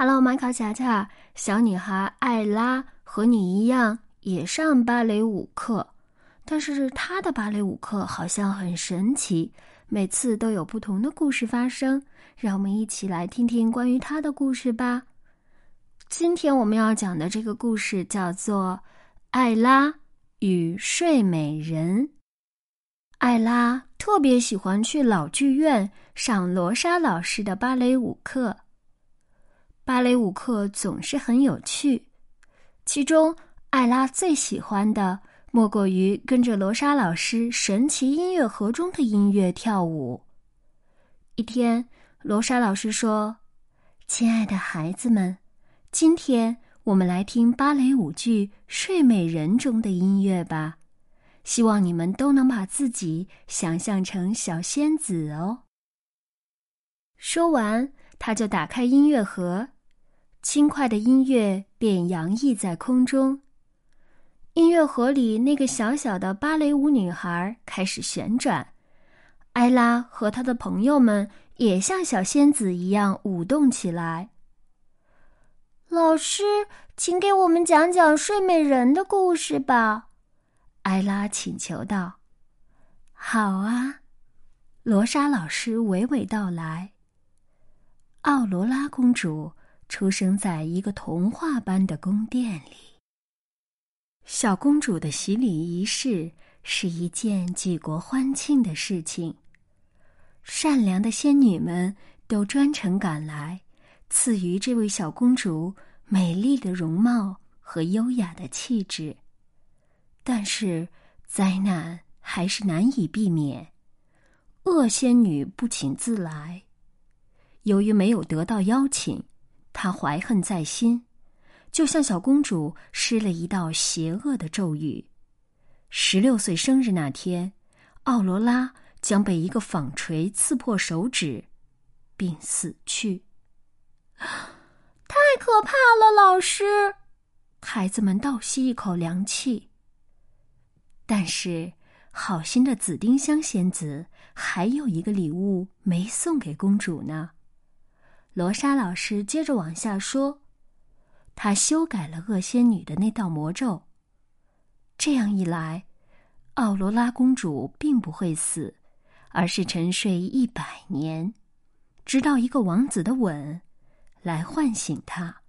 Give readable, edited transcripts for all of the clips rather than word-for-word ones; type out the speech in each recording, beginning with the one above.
Hello， 麦考乔乔，小女孩艾拉和你一样也上芭蕾舞课，但是她的芭蕾舞课好像很神奇，每次都有不同的故事发生。让我们一起来听听关于她的故事吧。今天我们要讲的这个故事叫做《艾拉与睡美人》。艾拉特别喜欢去老剧院上罗莎老师的芭蕾舞课。芭蕾舞课总是很有趣，其中艾拉最喜欢的莫过于跟着罗莎老师神奇音乐盒中的音乐跳舞。一天，罗莎老师说：“亲爱的孩子们，今天我们来听芭蕾舞剧《睡美人》中的音乐吧。希望你们都能把自己想象成小仙子哦。”说完，他就打开音乐盒，轻快的音乐便洋溢在空中。音乐盒里那个小小的芭蕾舞女孩开始旋转，艾拉和她的朋友们也像小仙子一样舞动起来。老师，请给我们讲讲睡美人的故事吧，艾拉请求道。好啊，罗莎老师娓娓道来。奥罗拉公主出生在一个童话般的宫殿里。小公主的洗礼仪式是一件举国欢庆的事情，善良的仙女们都专程赶来，赐予这位小公主美丽的容貌和优雅的气质。但是灾难还是难以避免，恶仙女不请自来。由于没有得到邀请，她怀恨在心，就向小公主施了一道邪恶的咒语。16岁生日那天，奥罗拉将被一个纺锤刺破手指，并死去。太可怕了，老师！孩子们倒吸一口凉气。但是，好心的紫丁香仙子还有一个礼物没送给公主呢。罗莎老师接着往下说，她修改了恶仙女的那道魔咒。这样一来，奥罗拉公主并不会死，而是沉睡100年，直到一个王子的吻来唤醒她。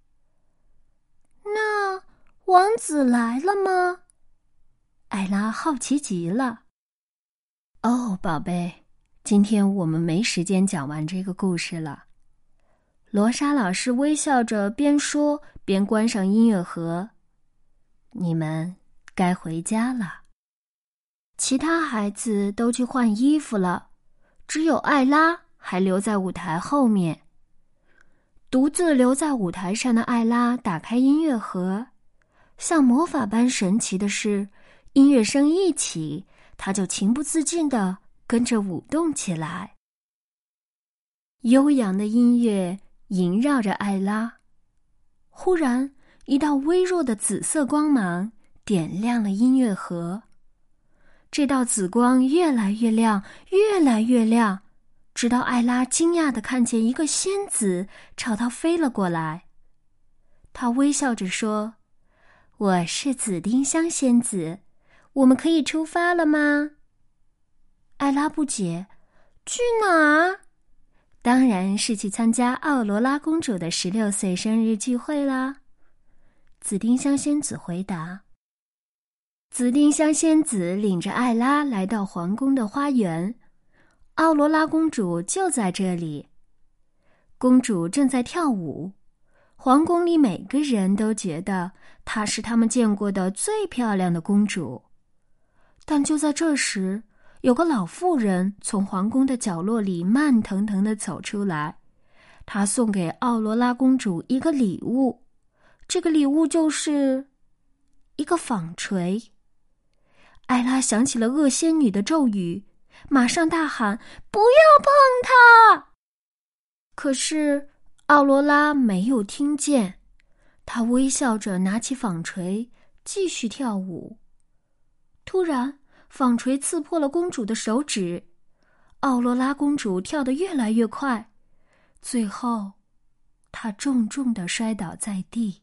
那王子来了吗？艾拉好奇极了。哦，宝贝，今天我们没时间讲完这个故事了。罗莎老师微笑着边说边关上音乐盒。你们该回家了。其他孩子都去换衣服了，只有艾拉还留在舞台后面。独自留在舞台上的艾拉打开音乐盒，像魔法般神奇的是，音乐声一起，她就情不自禁地跟着舞动起来。悠扬的音乐萦绕着艾拉，忽然一道微弱的紫色光芒点亮了音乐盒。这道紫光越来越亮，越来越亮，直到艾拉惊讶地看见一个仙子朝她飞了过来。她微笑着说：“我是紫丁香仙子，我们可以出发了吗？”艾拉不解：“去哪儿？”当然是去参加奥罗拉公主的16岁生日聚会啦。紫丁香仙子回答。紫丁香仙子领着艾拉来到皇宫的花园，奥罗拉公主就在这里。公主正在跳舞，皇宫里每个人都觉得她是他们见过的最漂亮的公主。但就在这时，有个老妇人从皇宫的角落里慢腾腾地走出来，她送给奥罗拉公主一个礼物，这个礼物就是一个纺锤。艾拉想起了恶仙女的咒语，马上大喊：“不要碰它！”可是奥罗拉没有听见，她微笑着拿起纺锤，继续跳舞。突然，纺锤刺破了公主的手指，奥罗拉公主跳得越来越快，最后她重重地摔倒在地。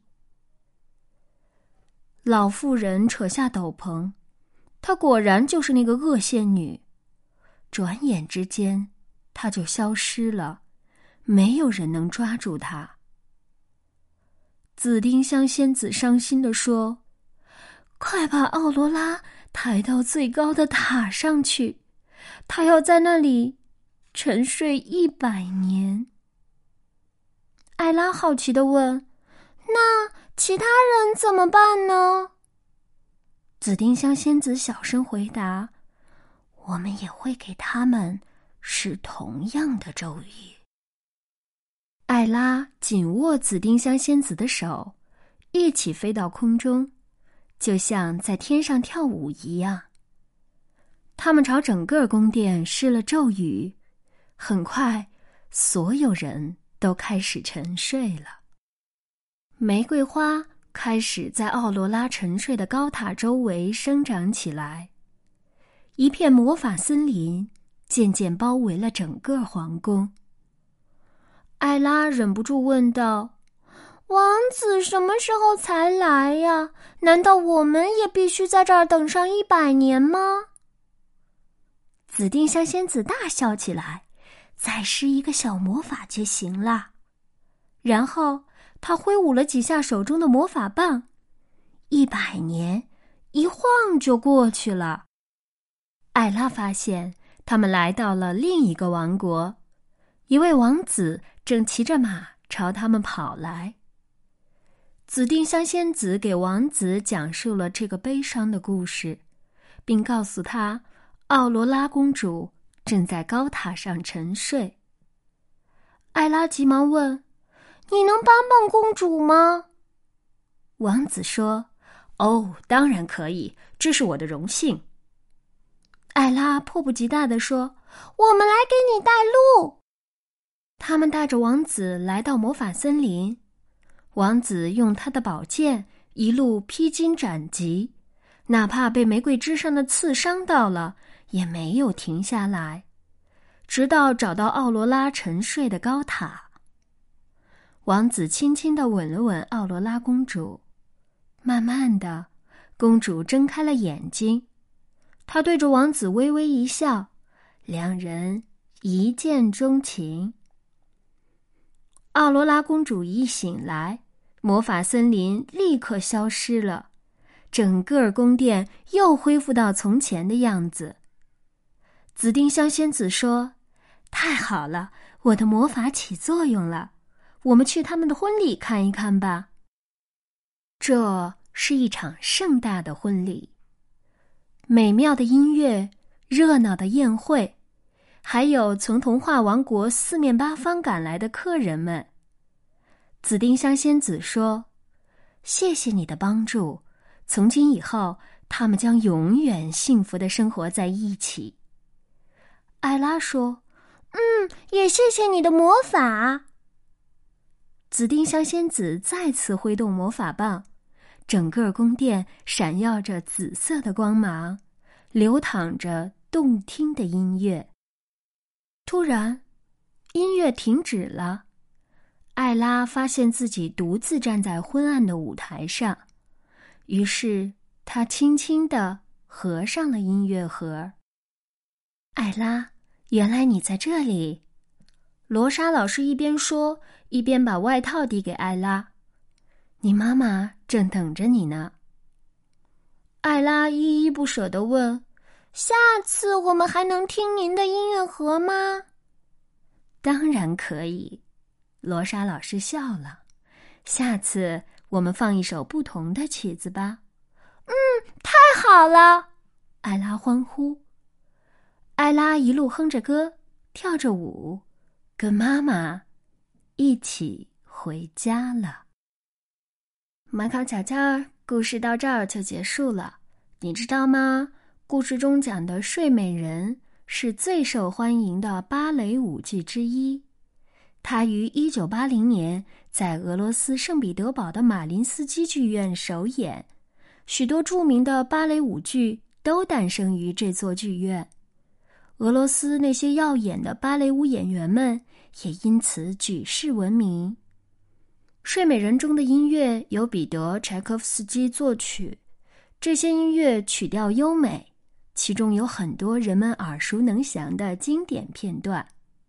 老妇人扯下斗篷，她果然就是那个恶仙女。转眼之间，她就消失了，没有人能抓住她。紫丁香仙子伤心地说：“快把奥罗拉抬到最高的塔上去，她要在那里沉睡100年。”艾拉好奇地问：“那其他人怎么办呢？”紫丁香仙子小声回答：“我们也会给他们施同样的咒语。”艾拉紧握紫丁香仙子的手，一起飞到空中，就像在天上跳舞一样。他们朝整个宫殿施了咒语，很快，所有人都开始沉睡了。玫瑰花开始在奥罗拉沉睡的高塔周围生长起来，一片魔法森林渐渐包围了整个皇宫。艾拉忍不住问道：“王子什么时候才来呀？难道我们也必须在这儿等上100年吗？”紫丁香仙子大笑起来：“再施一个小魔法就行了。”然后她挥舞了几下手中的魔法棒，100年一晃就过去了。艾拉发现他们来到了另一个王国，一位王子正骑着马朝他们跑来。紫丁香仙子给王子讲述了这个悲伤的故事，并告诉他奥罗拉公主正在高塔上沉睡。艾拉急忙问：“你能帮帮公主吗？”王子说：“哦，当然可以，这是我的荣幸。”艾拉迫不及待地说：“我们来给你带路。”他们带着王子来到魔法森林，王子用他的宝剑一路披荆斩棘，哪怕被玫瑰枝上的刺伤到了，也没有停下来，直到找到奥罗拉沉睡的高塔。王子轻轻地吻了吻奥罗拉公主，慢慢的，公主睁开了眼睛，她对着王子微微一笑，两人一见钟情。奥罗拉公主一醒来，魔法森林立刻消失了，整个宫殿又恢复到从前的样子。紫丁香仙子说：“太好了，我的魔法起作用了，我们去他们的婚礼看一看吧。”这是一场盛大的婚礼，美妙的音乐，热闹的宴会，还有从童话王国四面八方赶来的客人们。紫丁香仙子说：“谢谢你的帮助，从今以后，他们将永远幸福地生活在一起。”艾拉说：“也谢谢你的魔法。”紫丁香仙子再次挥动魔法棒，整个宫殿闪耀着紫色的光芒，流淌着动听的音乐。突然，音乐停止了。艾拉发现自己独自站在昏暗的舞台上，于是她轻轻地合上了音乐盒。“艾拉，原来你在这里。”罗莎老师一边说，一边把外套递给艾拉。“你妈妈正等着你呢。”艾拉依依不舍地问：“下次我们还能听您的音乐盒吗？”“当然可以。”罗莎老师笑了，“下次我们放一首不同的曲子吧。”“太好了！”艾拉欢呼。艾拉一路哼着歌，跳着舞，跟妈妈一起回家了。马考巧巧儿，故事到这儿就结束了。你知道吗？故事中讲的《睡美人》是最受欢迎的芭蕾舞剧之一。它于1980年在俄罗斯圣彼得堡的马林斯基剧院首演，许多著名的芭蕾舞剧都诞生于这座剧院。俄罗斯那些耀眼的芭蕾舞演员们也因此举世闻名。 睡美人中的音乐由彼得·柴可夫斯基作曲，这些音乐曲调优美，其中有很多人们耳熟能详的经典片段。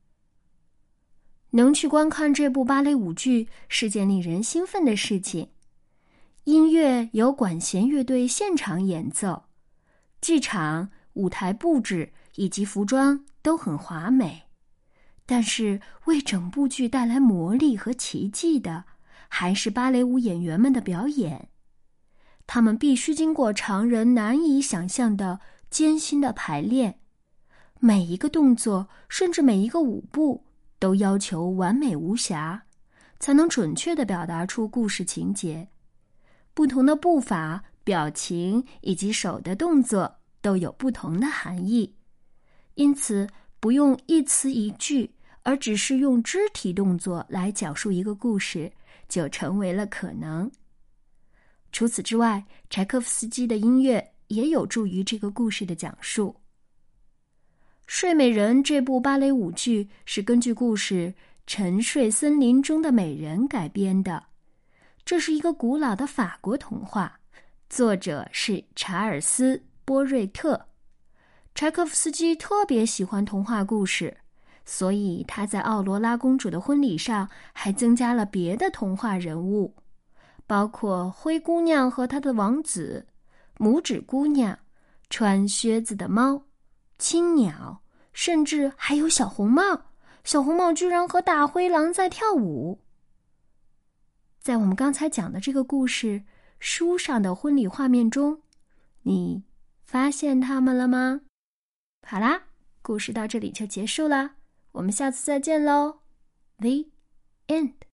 能去观看这部芭蕾舞剧是件令人兴奋的事情。音乐由管弦乐队现场演奏，剧场、舞台布置以及服装都很华美。但是为整部剧带来魔力和奇迹的，还是芭蕾舞演员们的表演。他们必须经过常人难以想象的艰辛的排练，每一个动作，甚至每一个舞步，都要求完美无瑕，才能准确地表达出故事情节。不同的步伐、表情以及手的动作都有不同的含义，因此不用一词一句，而只是用肢体动作来讲述一个故事，就成为了可能。除此之外，柴可夫斯基的音乐也有助于这个故事的讲述。睡美人这部芭蕾舞剧是根据故事《沉睡森林中的美人》改编的，这是一个古老的法国童话，作者是查尔斯·波瑞特。柴可夫斯基特别喜欢童话故事，所以他在奥罗拉公主的婚礼上还增加了别的童话人物，包括灰姑娘和她的王子、拇指姑娘、穿靴子的猫、青鸟，甚至还有小红帽。小红帽居然和大灰狼在跳舞。在我们刚才讲的这个故事书上的婚礼画面中，你发现它们了吗？好啦，故事到这里就结束啦，我们下次再见喽。The end.